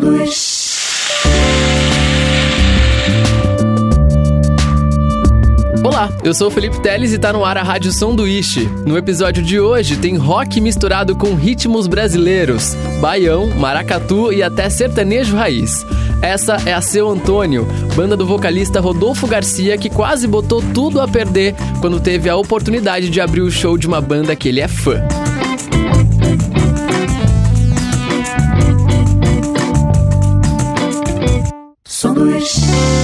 Olá, eu sou o Felipe Teles e tá no ar a Rádio Sanduíche. No episódio de hoje tem rock misturado com ritmos brasileiros, baião, maracatu e até sertanejo raiz. Essa é a Seu Antônio, banda do vocalista Rodolfo Garcia, que quase botou tudo a perder quando teve a oportunidade de abrir o show de uma banda que ele é fã. Sanduíche.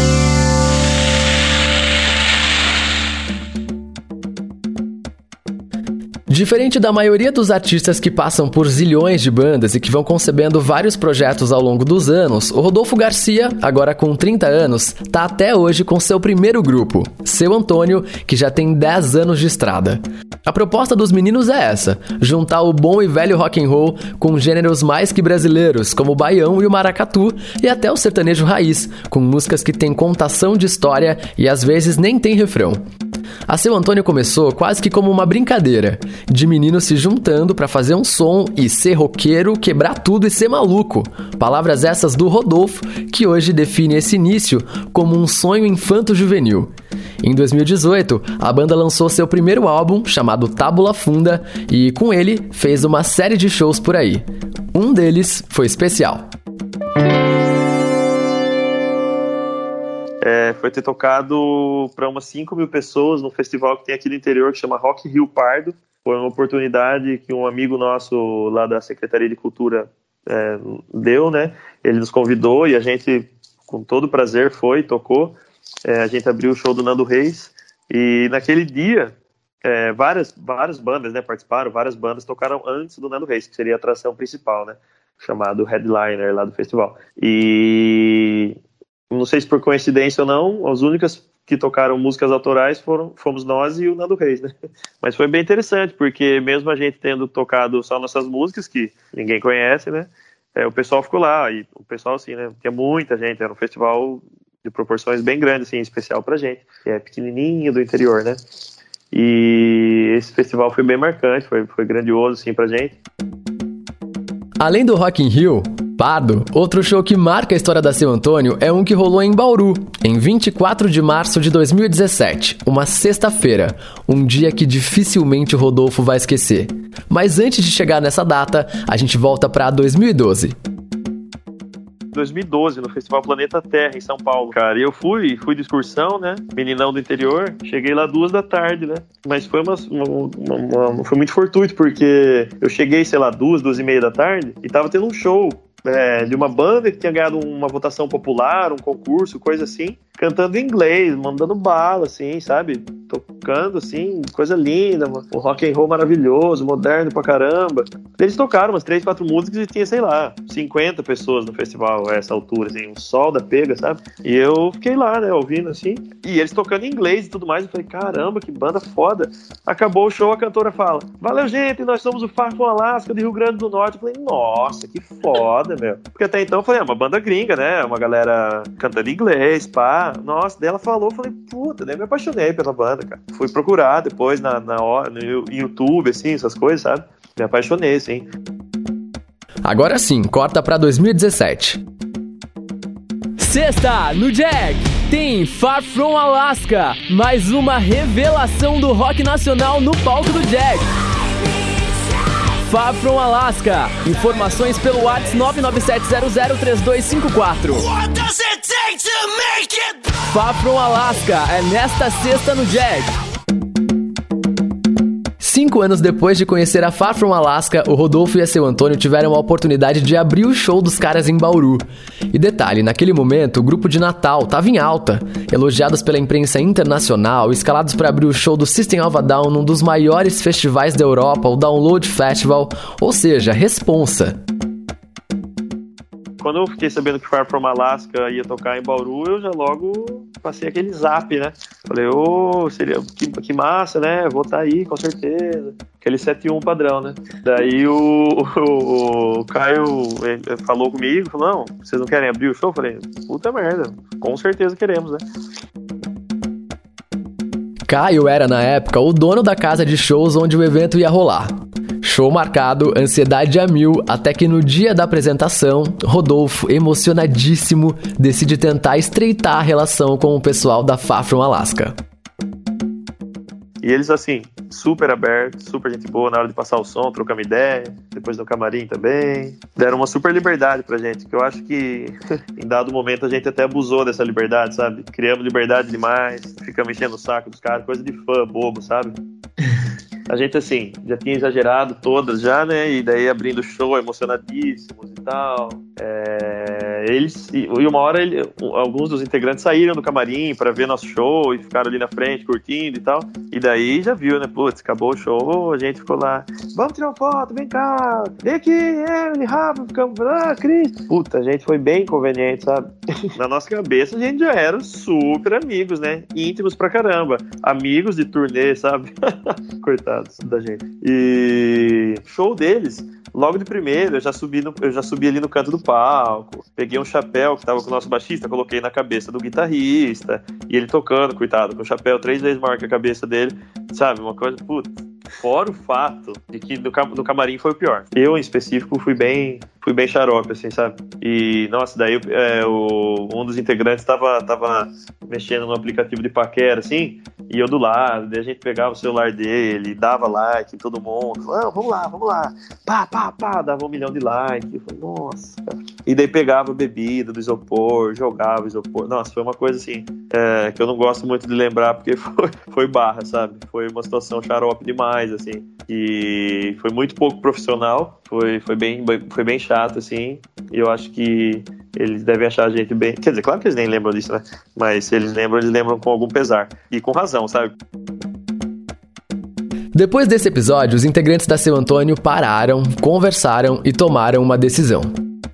Diferente da maioria dos artistas que passam por zilhões de bandas e que vão concebendo vários projetos ao longo dos anos, o Rodolfo Garcia, agora com 30 anos, tá até hoje com seu primeiro grupo, Seu Antônio, que já tem 10 anos de estrada. A proposta dos meninos é essa, juntar o bom e velho rock and roll com gêneros mais que brasileiros, como o baião e o maracatu, e até o sertanejo raiz, com músicas que têm contação de história e às vezes nem tem refrão. A Seu Antônio começou quase que como uma brincadeira, de meninos se juntando para fazer um som e ser roqueiro, quebrar tudo e ser maluco. Palavras essas do Rodolfo, que hoje define esse início como um sonho infanto-juvenil. Em 2018, a banda lançou seu primeiro álbum, chamado Tábula Funda, e com ele fez uma série de shows por aí. Um deles foi especial. Foi ter tocado para umas 5.000 pessoas num festival que tem aqui no interior que chama Rock Rio Pardo. Foi uma oportunidade que um amigo nosso lá da Secretaria de Cultura deu, né? Ele nos convidou e a gente, com todo prazer, foi, tocou. A gente abriu o show do Nando Reis e naquele dia várias bandas, né, participaram, várias bandas tocaram antes do Nando Reis, que seria a atração principal, né? Chamado headliner lá do festival. E não sei se por coincidência ou não, as únicas que tocaram músicas autorais fomos nós e o Nando Reis, né? Mas foi bem interessante, porque mesmo a gente tendo tocado só nossas músicas, que ninguém conhece, né? O pessoal ficou lá, e o pessoal, assim, né? Tinha muita gente, era um festival de proporções bem grandes, assim, especial pra gente, que é pequenininho do interior, né? E esse festival foi bem marcante, foi grandioso, assim, pra gente. Além do Rock in Rio, Pardo, outro show que marca a história da Seu Antônio é um que rolou em Bauru, em 24 de março de 2017, uma sexta-feira, um dia que dificilmente o Rodolfo vai esquecer. Mas antes de chegar nessa data, a gente volta para 2012. 2012, no Festival Planeta Terra, em São Paulo. Cara, e eu fui de excursão, né? Meninão do interior. Cheguei lá 2 da tarde, né? Mas foi foi muito fortuito, porque eu cheguei, sei lá, 2h30 da tarde, e tava tendo um show de uma banda que tinha ganhado uma votação popular, um concurso, coisa assim, cantando em inglês, mandando bala, assim, sabe? Tocando, assim, coisa linda, um rock and roll maravilhoso, moderno pra caramba. Eles tocaram umas 3, 4 músicas e tinha, sei lá, 50 pessoas no festival a essa altura, assim, um sol da pega, sabe? E eu fiquei lá, né, ouvindo, assim, e eles tocando em inglês e tudo mais, eu falei, caramba, que banda foda. Acabou o show, a cantora fala, valeu, gente, nós somos o Far From Alaska, do Rio Grande do Norte. Eu falei, nossa, que foda, meu. Porque até então eu falei, uma banda gringa, né, uma galera cantando em inglês, pá. Nossa, daí ela falou, eu falei, puta, daí me apaixonei pela banda, cara. Fui procurar depois no YouTube, assim, essas coisas, sabe? Me apaixonei, assim. Agora sim, corta pra 2017. Sexta, no Jack, tem Far From Alaska, mais uma revelação do rock nacional no palco do Jack. Far From Alaska, informações pelo WhatsApp 997003254. Far From Alaska é nesta sexta no Jack. 5 anos depois de conhecer a Far From Alaska, o Rodolfo e a Seu Antônio tiveram a oportunidade de abrir o show dos caras em Bauru. E detalhe, naquele momento o grupo de Natal estava em alta, elogiados pela imprensa internacional, escalados para abrir o show do System of a Down num dos maiores festivais da Europa, o Download Festival, ou seja, responsa. Quando eu fiquei sabendo que Far From Alaska ia tocar em Bauru, eu já logo passei aquele zap, né? Falei, seria que massa, né? Vou estar aí, com certeza. Aquele 7-1 padrão, né? Daí o Caio falou comigo, falou, não, vocês não querem abrir o show? Eu falei, puta merda, com certeza queremos, né? Caio era, na época, o dono da casa de shows onde o evento ia rolar. Show marcado, ansiedade a mil, até que no dia da apresentação, Rodolfo, emocionadíssimo, decide tentar estreitar a relação com o pessoal da Far From Alaska. E eles, assim, super abertos, super gente boa na hora de passar o som, trocamos ideia, depois no camarim também. Deram uma super liberdade pra gente, que eu acho que em dado momento a gente até abusou dessa liberdade, sabe? Criamos liberdade demais, ficamos enchendo o saco dos caras, coisa de fã bobo, sabe? A gente, assim, já tinha exagerado todas já, né? E daí abrindo show, emocionadíssimos e tal. E uma hora alguns dos integrantes saíram do camarim pra ver nosso show e ficaram ali na frente curtindo e tal. E daí já viu, né? Putz, acabou o show, a gente ficou lá. Vamos tirar uma foto, vem cá. Vem aqui, Evelyn, Rafa, ficamos. Cris. Puta, a gente foi bem inconveniente, sabe? Na nossa cabeça a gente já era super amigos, né? Íntimos pra caramba. Amigos de turnê, sabe? Coitados da gente. E show deles, logo de primeiro, eu já subi ali no canto do palco, peguei um chapéu que tava com o nosso baixista, coloquei na cabeça do guitarrista, e ele tocando, coitado, com o chapéu 3 vezes maior que a cabeça dele, sabe? Uma coisa, puta. Fora o fato de que no camarim foi o pior. Eu, em específico, fui bem xarope, assim, sabe? E, nossa, daí um dos integrantes tava mexendo no aplicativo de paquera, assim, e eu do lado, daí a gente pegava o celular dele, dava like em todo mundo, falava, vamos lá, pá, dava 1 milhão de likes. Eu falei, nossa, cara. E daí pegava a bebida do isopor, jogava o isopor. Nossa, foi uma coisa, assim, que eu não gosto muito de lembrar, porque foi barra, sabe? Foi uma situação xarope demais, assim, e foi muito pouco profissional, foi bem chato, assim, e eu acho que eles devem achar a gente bem, quer dizer, claro que eles nem lembram disso, né, mas se eles lembram com algum pesar, e com razão, sabe? Depois desse episódio, os integrantes da Seu Antônio pararam, conversaram e tomaram uma decisão.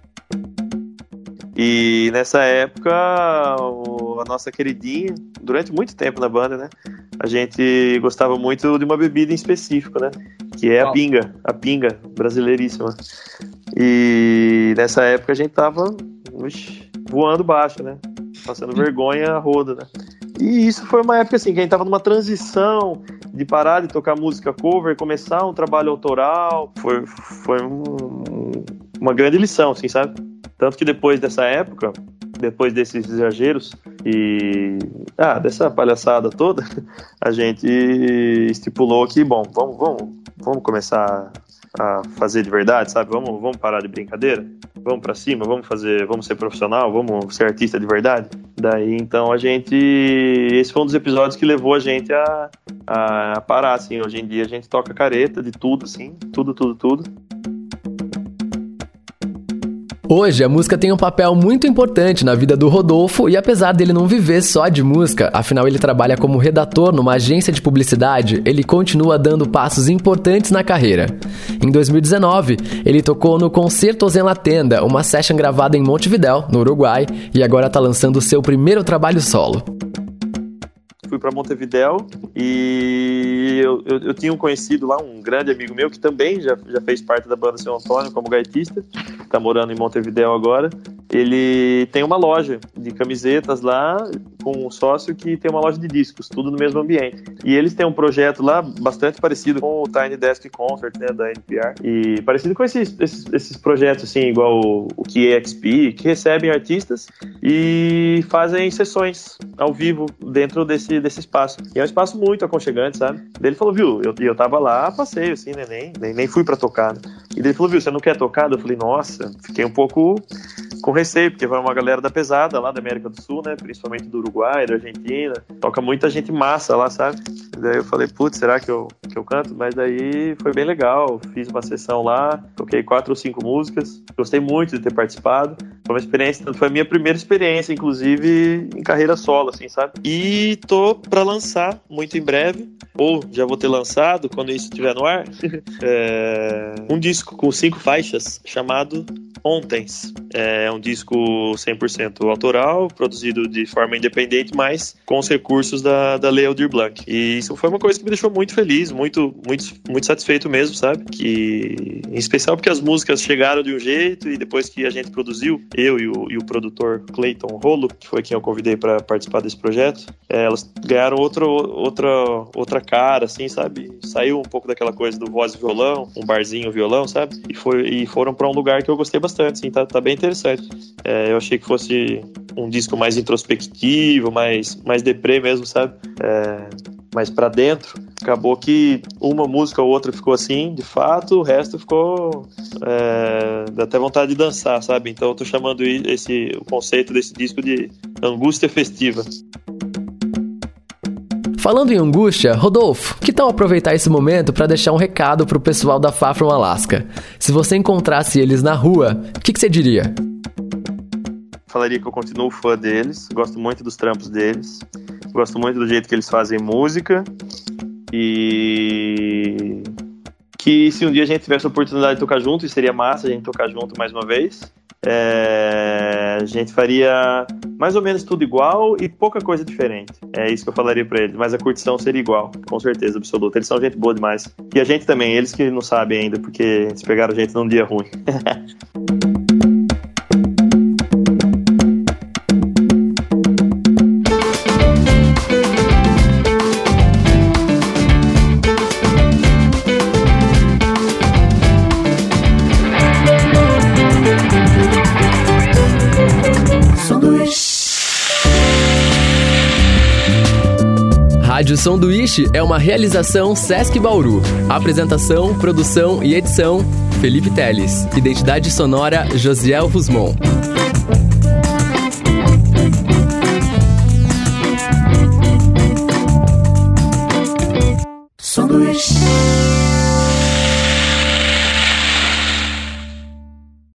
E nessa época, a nossa queridinha, durante muito tempo na banda, né, a gente gostava muito de uma bebida em específico, né, que é a pinga, brasileiríssima. E nessa época a gente tava voando baixo, né, passando vergonha a roda, né. E isso foi uma época assim, que a gente tava numa transição de parar de tocar música cover, começar um trabalho autoral. Foi uma grande lição, assim, sabe? Tanto que depois dessa época, depois desses exageros e dessa palhaçada toda, a gente estipulou que, bom, vamos começar a fazer de verdade, sabe? Vamos parar de brincadeira, vamos pra cima, vamos ser profissional, vamos ser artista de verdade. Daí, então, esse foi um dos episódios que levou a gente a parar, assim. Hoje em dia a gente toca careta de tudo, assim, tudo. Hoje, a música tem um papel muito importante na vida do Rodolfo e apesar dele não viver só de música, afinal ele trabalha como redator numa agência de publicidade, ele continua dando passos importantes na carreira. Em 2019, ele tocou no Concertos em La Tenda, uma session gravada em Montevidéu, no Uruguai, e agora está lançando seu primeiro trabalho solo. Fui para Montevidéu e eu tinha conhecido lá um grande amigo meu que também já fez parte da banda Seu Antônio como gaitista, tá morando em Montevidéu agora. Ele tem uma loja de camisetas lá com um sócio que tem uma loja de discos, tudo no mesmo ambiente. E eles têm um projeto lá bastante parecido com o Tiny Desk Concert, né, da NPR. E parecido com esses projetos, assim, igual o KEXP, que recebem artistas e fazem sessões ao vivo dentro desse espaço. E é um espaço muito aconchegante, sabe? Daí ele falou, viu, eu tava lá, passeio, assim, né, nem fui pra tocar, né? E daí ele falou, viu, você não quer tocar? Eu falei, nossa, fiquei um pouco com receio, porque vai uma galera da pesada lá da América do Sul, né, principalmente do Uruguai, da Argentina, toca muita gente massa lá, sabe? E daí eu falei, putz, será que eu canto? Mas daí foi bem legal, fiz uma sessão lá, toquei 4 ou 5 músicas, gostei muito de ter participado, foi uma experiência, foi a minha primeira experiência, inclusive, em carreira solo, assim, sabe? E tô pra lançar muito em breve, ou já vou ter lançado, quando isso estiver no ar, um disco com 5 faixas, chamado Ontens. É um disco 100% autoral, produzido de forma independente, mas com os recursos da Lei Aldir Blanc. E isso foi uma coisa que me deixou muito feliz, muito satisfeito mesmo, sabe? Em especial porque as músicas chegaram de um jeito e depois que a gente produziu, eu e o produtor Clayton Rolo, que foi quem eu convidei para participar desse projeto, elas ganharam outra cara, assim, sabe? Saiu um pouco daquela coisa do voz e violão, um barzinho violão, sabe? E foram para um lugar que eu gostei bastante, assim, tá bem interessante. Eu achei que fosse um disco mais introspectivo, mais deprê mesmo, sabe? Mais pra dentro. Acabou que uma música ou outra ficou assim, de fato, o resto ficou... dá até vontade de dançar, sabe? Então eu tô chamando o conceito desse disco de angústia festiva. Falando em angústia, Rodolfo, que tal aproveitar esse momento para deixar um recado pro pessoal da Far From Alaska? Se você encontrasse eles na rua, o que você diria? Falaria que eu continuo fã deles, gosto muito dos trampos deles, gosto muito do jeito que eles fazem música e que se um dia a gente tivesse a oportunidade de tocar junto, e seria massa a gente tocar junto mais uma vez, a gente faria mais ou menos tudo igual e pouca coisa diferente. É isso que eu falaria pra eles, mas a curtição seria igual, com certeza absoluta. Eles são gente boa demais. E a gente também, eles que não sabem ainda, porque eles pegaram a gente num dia ruim. Rádio Sanduíche é uma realização Sesc Bauru. Apresentação, produção e edição, Felipe Teles. Identidade sonora, Josiel Rusmon.